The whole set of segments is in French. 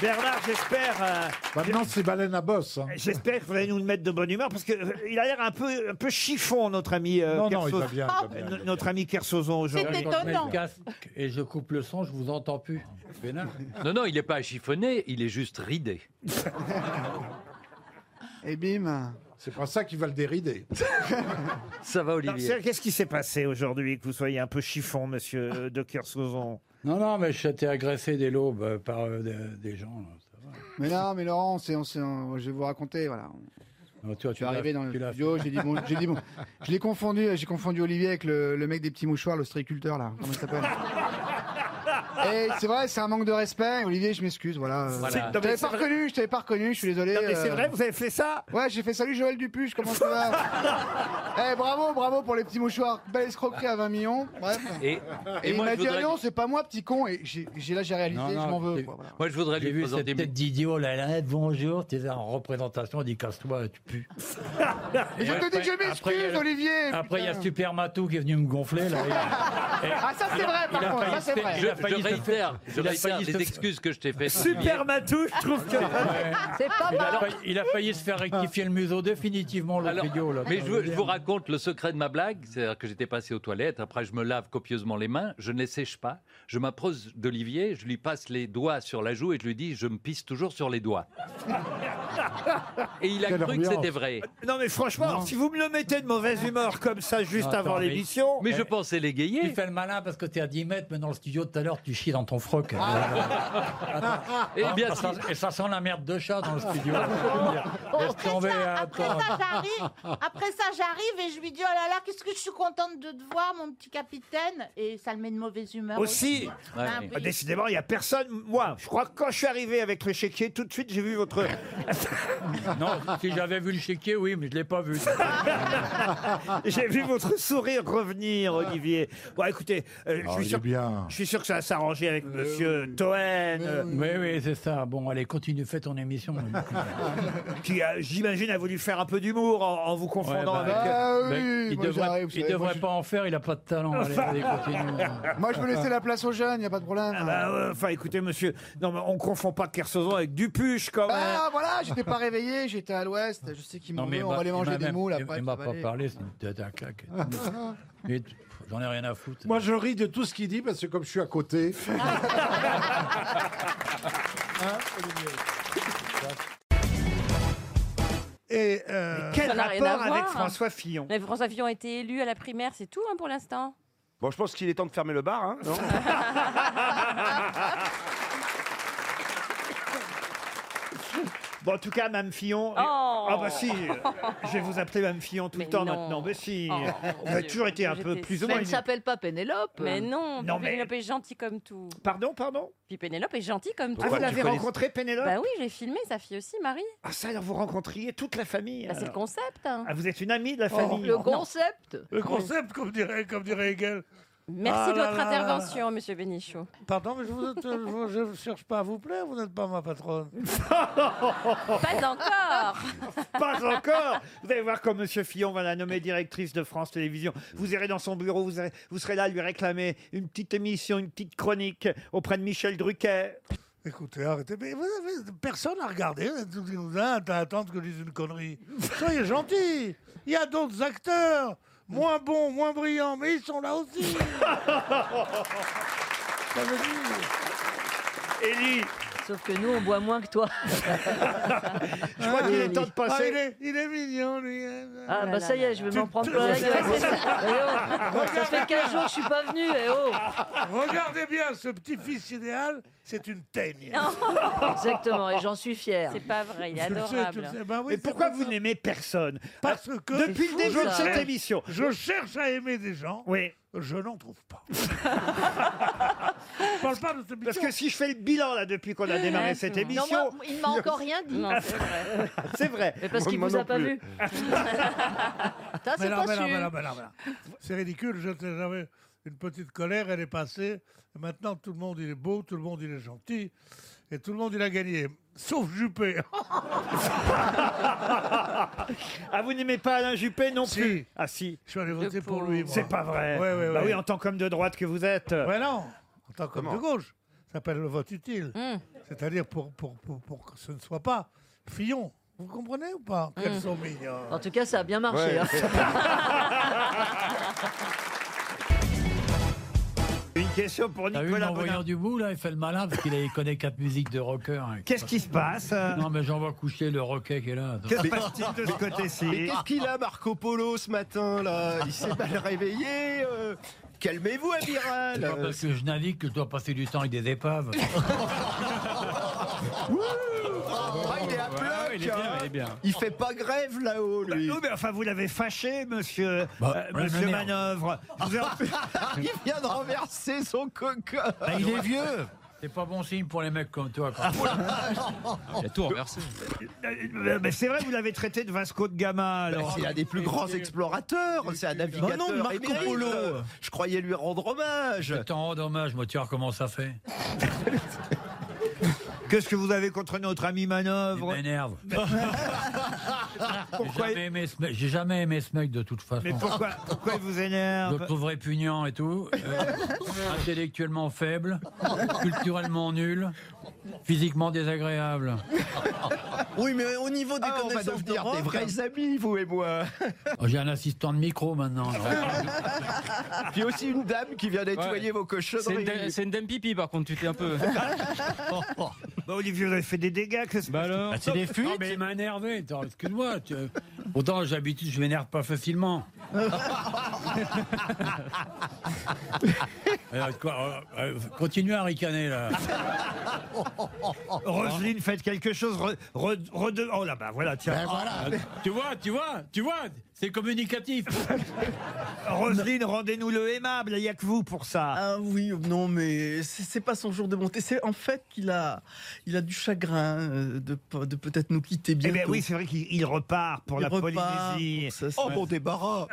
Bernard, j'espère. Maintenant, c'est baleine à bosse. Hein. J'espère que vous allez nous le mettre de bonne humeur parce que il a l'air un peu chiffon, notre ami. Non, il va bien. Notre ami Kersozon aujourd'hui. C'est étonnant. Et je coupe le son, je vous entends plus. Non, il n'est pas chiffonné, il est juste ridé. Et bim. C'est pas ça qui va le dérider. Ça va, Olivier? Qu'est-ce qui s'est passé aujourd'hui que vous soyez un peu chiffon, monsieur de Kersozon? Non, mais j'étais agressé dès l'aube par des gens. Là, ça va. Mais non, mais Laurent, je vais vous raconter, voilà. Non, Je suis arrivé dans le studio, j'ai dit bon, j'ai confondu Olivier avec le mec des petits mouchoirs, l'ostréiculteur là, comment il s'appelle? Et c'est vrai, c'est un manque de respect. Olivier, je m'excuse, voilà. Voilà. Je t'avais pas reconnu, je suis désolé. Non, mais c'est vrai, vous avez fait ça? Ouais, j'ai fait salut Joël Dupuche, comment ça va? Bravo pour les petits mouchoirs. Belle escroquerie à 20 millions. Bref. Et il moi, m'a dit, non, c'est pas moi, petit con. Et j'ai réalisé, je m'en veux. Quoi, voilà. Moi, je voudrais J'ai lui vu cette présenter... tête d'idiot, là, bonjour, tu es en représentation, on dit casse-toi, tu pues. Et je te dis que je m'excuse, Olivier. Après, il y a Super Matou qui est venu me gonfler, là. Ah, ça c'est vrai, par contre, ça c'est vrai. Je réitère les excuses que je t'ai faites. Super Matou, je trouve que... C'est pas mal. Il a failli se faire rectifier le museau définitivement, le idiot, là. Mais je vous raconte le secret de ma blague, c'est-à-dire que j'étais passé aux toilettes, après je me lave copieusement les mains, je ne les sèche pas, je m'approche d'Olivier, je lui passe les doigts sur la joue et je lui dis, je me pisse toujours sur les doigts. Et il a cru que c'était vrai. Non mais franchement, si vous me le mettez de mauvaise humeur comme ça juste avant l'émission... Mais je pensais l'égayer. Tu fais le malin parce que t'es à 10 mètres, mais dans le studio tout à l'heure, tu chies dans ton froc. Et ça sent la merde de chat dans le studio. Laisse tomber, attends. Après ça, j'arrive et je lui dis, oh là là, qu'est-ce que je suis contente de te voir, mon petit capitaine. Et ça le met de mauvaise humeur. Aussi. Ouais. Décidément, il n'y a personne. Moi, je crois que quand je suis arrivé avec le chéquier, tout de suite, j'ai vu votre... Non, si j'avais vu le chéquier, oui, mais je ne l'ai pas vu. J'ai vu votre sourire revenir, Olivier. Bon, écoutez, je suis sûr que ça va s'arranger avec monsieur Toen. Oui, c'est ça. Bon, allez, continue, fais ton émission. Qui, j'imagine, a voulu faire un peu d'humour en vous confondant avec... Oui, il devrait pas en faire, il a pas de talent. Allez, continue. Moi, je veux laisser la place aux jeunes, il n'y a pas de problème. Enfin, écoutez, monsieur, non, mais on confond pas Kersozon avec Dupuche, quand même. Ah, voilà, j'étais pas réveillé, j'étais à l'ouest, je sais qu'ils m'en veulent, on va aller manger des moules après. Il m'a pas parlé, c'est une tête à claque. Mais j'en ai rien à foutre. Moi, je ris de tout ce qu'il dit parce que comme je suis à côté. Et quel Ça n'a rien à rapport avec voir. François Fillon? Mais François Fillon a été élu à la primaire, c'est tout pour l'instant. Bon, je pense qu'il est temps de fermer le bar, hein, non? Bon, en tout cas, Mme Fillon... Ah bah si, je vais vous appeler Mme Fillon tout le temps maintenant. Mais si, vous avez toujours été un peu plus ou Mais moins... elle ne s'appelle pas Pénélope. Mais non, Non, puis Pénélope est gentille comme tout. Pardon? Puis Pénélope est gentille comme tout. Ah, vous l'avez rencontré, Pénélope? Bah oui, j'ai filmé, sa fille aussi, Marie. Ah ça, alors vous rencontriez toute la famille? Bah, c'est le concept. Hein. Ah, vous êtes une amie de la famille? Le concept. Le concept, comme dirait Hegel. Merci de votre intervention, monsieur Bénichou. Pardon, mais je ne cherche pas à vous plaire, vous n'êtes pas ma patronne. Pas encore. Pas encore. Vous allez voir comme Monsieur Fillon va la nommer directrice de France Télévisions. Vous irez dans son bureau, vous serez là à lui réclamer une petite émission, une petite chronique auprès de Michel Drucker. Écoutez, arrêtez, mais vous avez personne à regarder, vous êtes à attendre que je dise une connerie. Soyez gentils, il y a d'autres acteurs, moins bons, moins brillants, mais ils sont là aussi. Ça veut dire... Élie. Sauf que nous, on boit moins que toi. Je crois qu'il est temps de passer... il est mignon, lui. Ah, bah ça y est, je vais m'en prendre plein la gueule. Ça fait 15 jours que je suis pas venu, eh oh. Regardez bien, ce petit-fils idéal, c'est une teigne. Exactement, et j'en suis fier. C'est pas vrai, il est adorable. Ben oui, Et pourquoi vous n'aimez personne? Parce que depuis le début de cette émission, je cherche à aimer des gens. Oui. Je n'en trouve pas. Je parle pas de cette émission. Parce que si je fais le bilan là depuis qu'on a démarré cette Non, émission, moi, il ne m'a encore rien dit. Non, c'est vrai. c'est vrai. Mais parce qu'il vous a pas vu. Ça, c'est pas sûr. Mais non. C'est ridicule, j'avais une petite colère, elle est passée. Et maintenant, tout le monde il est beau, tout le monde il est gentil. Et tout le monde il a gagné. Sauf Juppé. Ah, vous n'aimez pas Alain Juppé non plus? Si. Ah si. Je suis allé voter pour lui, moi. C'est pas vrai. Ouais. Bah oui, en tant qu'homme de droite que vous êtes. Ouais, non. En tant qu'homme de gauche. Ça s'appelle le vote utile. C'est-à-dire pour que ce ne soit pas Fillon. Vous comprenez ou pas? Qu'elles sont mignonnes. En tout cas, ça a bien marché. Ouais. Hein. Une question pour T'as vu Nicolas l'envoyeur Bonin. du bout, là, il fait le malin parce qu'il connaît 4 musiques de rocker. Hein. Qu'est-ce qui se passe? Non, mais j'en vois coucher le roquet qui est là. Que se passe-t-il de ce côté-ci? Mais qu'est-ce qu'il a, Marco Polo, ce matin, là? Il s'est mal réveillé. Calmez-vous, C'est amiral. pas parce que je navigue que je dois passer du temps avec des épaves. Il est à bloc. il est bien, il est bien. Il fait pas grève là-haut, lui. Non, mais enfin, vous l'avez fâché, monsieur, Bah, monsieur merde. Manœuvre. Vous avez- Il vient de renverser son coca. Bah, il est vieux. C'est pas bon signe pour les mecs comme toi. Quoi. Il a tout renversé. Mais c'est vrai, vous l'avez traité de Vasco de Gama. Alors. C'est un des plus grands explorateurs. C'est un navigateur. non, Marco émérite. Polo. Je croyais lui rendre hommage. Je t'en rends hommage, moi, tu vois comment ça fait. Qu'est-ce que vous avez contre notre ami Il Manœuvre? m'énerve. Pourquoi J'ai jamais aimé ce mec de toute façon. Mais pourquoi il vous Je le énerve? trouve répugnant et tout. Intellectuellement faible, culturellement nul, physiquement désagréable. Oui, mais au niveau des On va connaissances de devenir rock, des vrais amis, vous et moi. Oh, j'ai un assistant de micro maintenant. Puis aussi une dame qui vient nettoyer vos C'est cochonneries. une dame pipi, par contre, tu t'es un peu. Bah, Olivier, vous avez fait des dégâts. Bah alors C'est des fuites. Mais il m'a énervé. Attends, excuse-moi. Pourtant, j'ai l'habitude, je m'énerve pas facilement. Alors, quoi, continuez à ricaner là. Roselyne, faites quelque chose. Oh là, bah voilà, tiens. Tu vois, c'est communicatif. Roselyne, rendez-nous le aimable. Il n'y a que vous pour ça. Ah oui, non, mais c'est pas son jour de monter. C'est en fait qu'il a du chagrin de peut-être nous quitter Eh bientôt. bien oui, c'est vrai qu'il repart pour Il la repart, Polynésie. ça, Oh, mon débarras.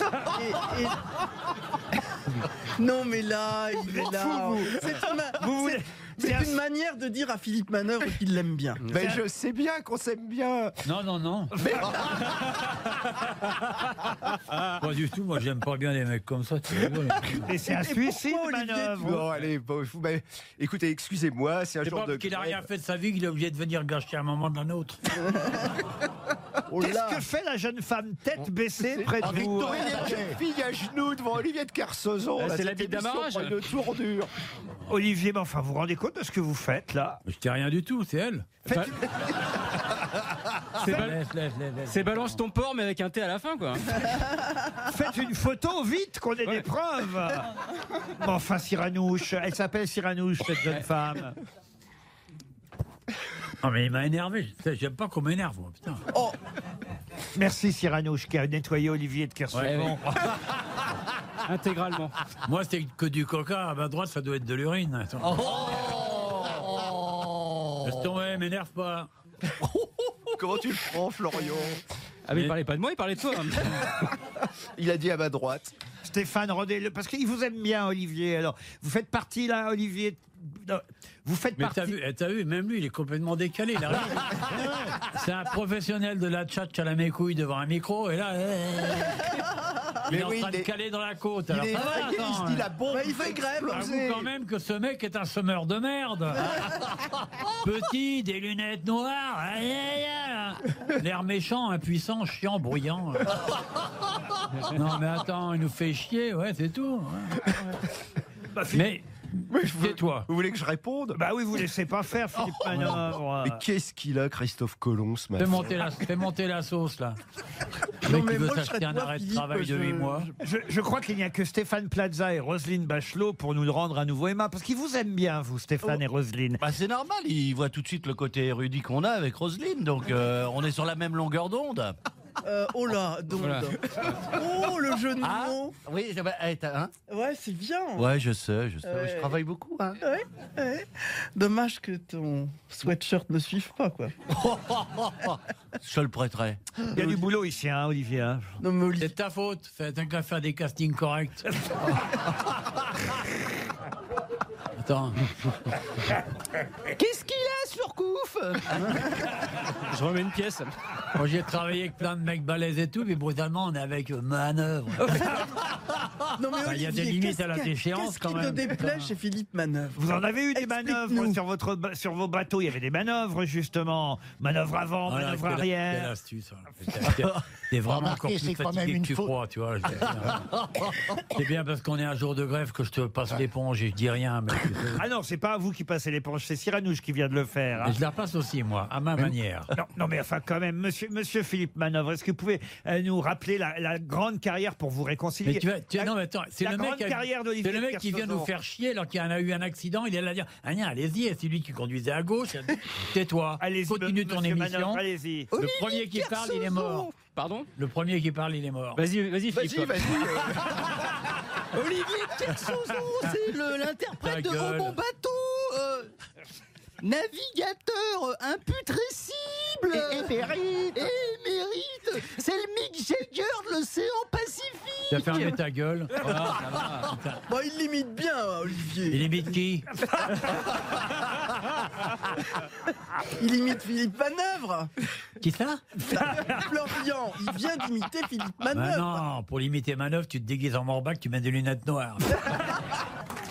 Non, mais là, il est là. C'est C'est une manière de dire à Philippe Manœuvre qu'il l'aime bien. Mais je sais bien qu'on s'aime bien. Non. Pas du tout. Moi, j'aime pas bien les mecs comme ça. Tu rigoles. Et c'est un suicide, pourquoi, Olivier, Manœuvre. Bon, allez, écoutez, excusez-moi, c'est un C'est genre pas de. parce qu'il a grève. rien fait de sa vie qu'il est obligé de venir gâcher un moment d'un autre. Qu'est-ce que fait la jeune femme tête baissée près de vous? Victorine, il y a une jeune fille à genoux devant Olivier de Kersauzon. C'est Là, la cette bite émission d'amarrage. prend une tournure. Olivier, mais enfin, vous vous rendez compte de ce que vous faites là? Je t'ai rien du tout, c'est elle. C'est balance ton porc, mais avec un T à la fin, quoi. Faites une photo vite, qu'on ait des preuves. Mais enfin, Cyranouche, elle s'appelle Cyranouche, cette jeune femme. Non, mais il m'a énervé. J'aime pas qu'on m'énerve, moi, putain. Merci Cyranouche qui a nettoyé Olivier de Kersauzon. Intégralement. Moi, c'est que du coca. À ma droite, ça doit être de l'urine. Attends. Laisse tomber, m'énerve pas. Comment tu le prends, Florian? Ah, mais il parlait pas de moi, il parlait de toi. Il a dit à ma droite. Stéphane, rendez-le, parce qu'il vous aime bien, Olivier. Alors, vous faites partie là, Olivier. Non, vous faites Mais partie. t'as vu, même lui, il est complètement décalé. Il arrive. C'est un professionnel de la tchatch à la mes couilles devant un micro, et là, il Mais est en oui, train de caler dans la côte. Alors, Il est ça va, effrayé, il se attends, dit la bombe. il fait grève. Avoue quand même que ce mec est un semeur de merde. Petit, des lunettes noires, aïe, aïe, aïe. L'air méchant, impuissant, chiant, bruyant. Non mais attends, il nous fait chier, ouais, c'est tout. Mais tais-toi. Vous voulez que je réponde? Bah oui, vous laissez pas faire, Philippe Manœuvre. Mais qu'est-ce qu'il a, Christophe Colomb, ce matin? Fais monter la sauce, là. Le Non, mec mais qui veut moi, je s'acheter serais un toi, arrêt de Philippe, travail de 8 mois. Je crois qu'il n'y a que Stéphane Plaza et Roselyne Bachelot pour nous le rendre à nouveau aimable. Parce qu'ils vous aiment bien, vous, Stéphane et Roselyne. Bah c'est normal, il voit tout de suite le côté érudit qu'on a avec Roselyne, donc on est sur la même longueur d'onde. Oh là, donc. Voilà. Oh, le jeu de mots. Oui, Ouais, c'est bien. ouais, je sais, Ouais. je travaille beaucoup. Hein. Ouais. Dommage que ton sweatshirt ne suive pas, quoi. Je le prêterai. Il y a du boulot ici, hein, Olivier. hein. Non, mais Olivier, C'est de ta faute, t'as qu'à faire des castings corrects. Attends. Qu'est-ce qu'il a sur Couf? Je remets une pièce. Moi, j'ai travaillé avec plein de mecs balèzes et tout, mais brutalement, on est avec Manœuvre. Non, mais Il y a des Olivier, limites à la qu'est-ce déchéance quand qui te même. déplaît chez Philippe Manœuvre? Vous en avez eu des manœuvres Explique-nous. sur vos bateaux. Il y avait des manœuvres, justement. Manœuvre avant, Voilà, manœuvre quelle arrière. astuce. T'es vraiment encore Remarquez, plus c'est quand fatigué même que tu une faute. crois, tu vois. C'est bien parce qu'on est un jour de grève que je te passe l'éponge et je dis rien. Mais, Ah non, c'est pas à vous qui passez l'éponge, c'est Cyrano qui vient de le faire. hein. mais je la repasse aussi, moi, à ma manière. Non, mais enfin, quand même, monsieur Philippe Manœuvre, est-ce que vous pouvez nous rappeler la grande carrière pour vous réconcilier? Mais non, mais attends, c'est la le grande mec, carrière d'Olivier c'est le mec qui vient Kersauzon. nous faire chier alors qu'il y en a eu un accident. Il est là à dire ah, non, allez-y, c'est lui qui conduisait à gauche. Tais-toi, Allez-y, continue ton monsieur émission. Manœuvre, allez-y. Le premier qui parle, il est mort. Pardon? Le premier qui parle, il est mort. Vas-y, Vas-y, Philippe. vas-y. Olivier Kersauzon, c'est l'interprète de Ta gueule. Mon Bateau. Navigateur imputrescible. Émérite. C'est le Mick Jagger de l'océan Pacifique. Tu as fermé ta gueule. Voilà, ça va, putain. Bon, il limite bien, Olivier. Il imite qui? Il imite Philippe Manœuvre. Qui ça? Florian, il vient d'imiter Philippe Bah Manœuvre. non, pour l'imiter Manœuvre, tu te déguises en Morbac, tu mets des lunettes noires.